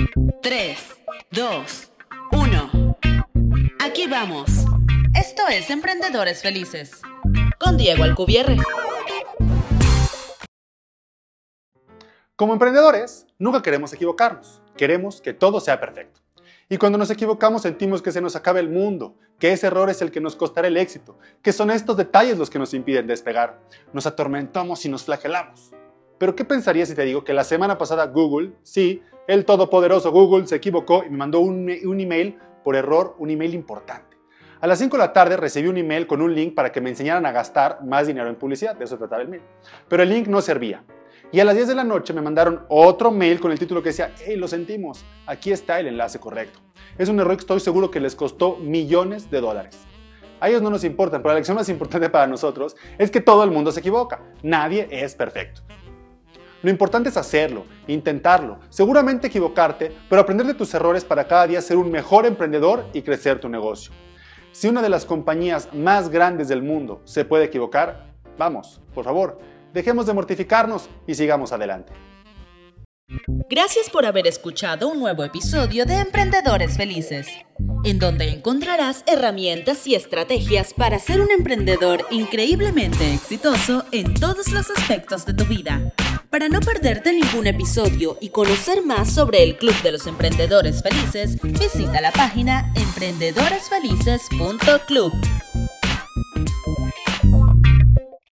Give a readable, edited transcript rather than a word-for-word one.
3, 2, 1. Aquí vamos. Esto es Emprendedores Felices con Diego Alcubierre. Como emprendedores, nunca queremos equivocarnos. Queremos que todo sea perfecto. Y cuando nos equivocamos sentimos que se nos acaba el mundo, que ese error es el que nos costará el éxito, que son estos detalles los que nos impiden despegar. Nos atormentamos y nos flagelamos. Pero ¿qué pensarías si te digo que la semana pasada Google, sí, el todopoderoso Google, se equivocó y me mandó un email por error, un email importante? A las 5 de la tarde recibí un email con un link para que me enseñaran a gastar más dinero en publicidad, de eso trataba el mail. Pero el link no servía. Y a las 10 de la noche me mandaron otro mail con el título que decía: hey, lo sentimos, aquí está el enlace correcto. Es un error que estoy seguro que les costó millones de dólares. A ellos no nos importan, pero la lección más importante para nosotros es que todo el mundo se equivoca. Nadie es perfecto. Lo importante es hacerlo, intentarlo, seguramente equivocarte, pero aprender de tus errores para cada día ser un mejor emprendedor y crecer tu negocio. Si una de las compañías más grandes del mundo se puede equivocar, vamos, por favor, dejemos de mortificarnos y sigamos adelante. Gracias por haber escuchado un nuevo episodio de Emprendedores Felices, en donde encontrarás herramientas y estrategias para ser un emprendedor increíblemente exitoso en todos los aspectos de tu vida. Para no perderte ningún episodio y conocer más sobre el Club de los Emprendedores Felices, visita la página emprendedoresfelices.club.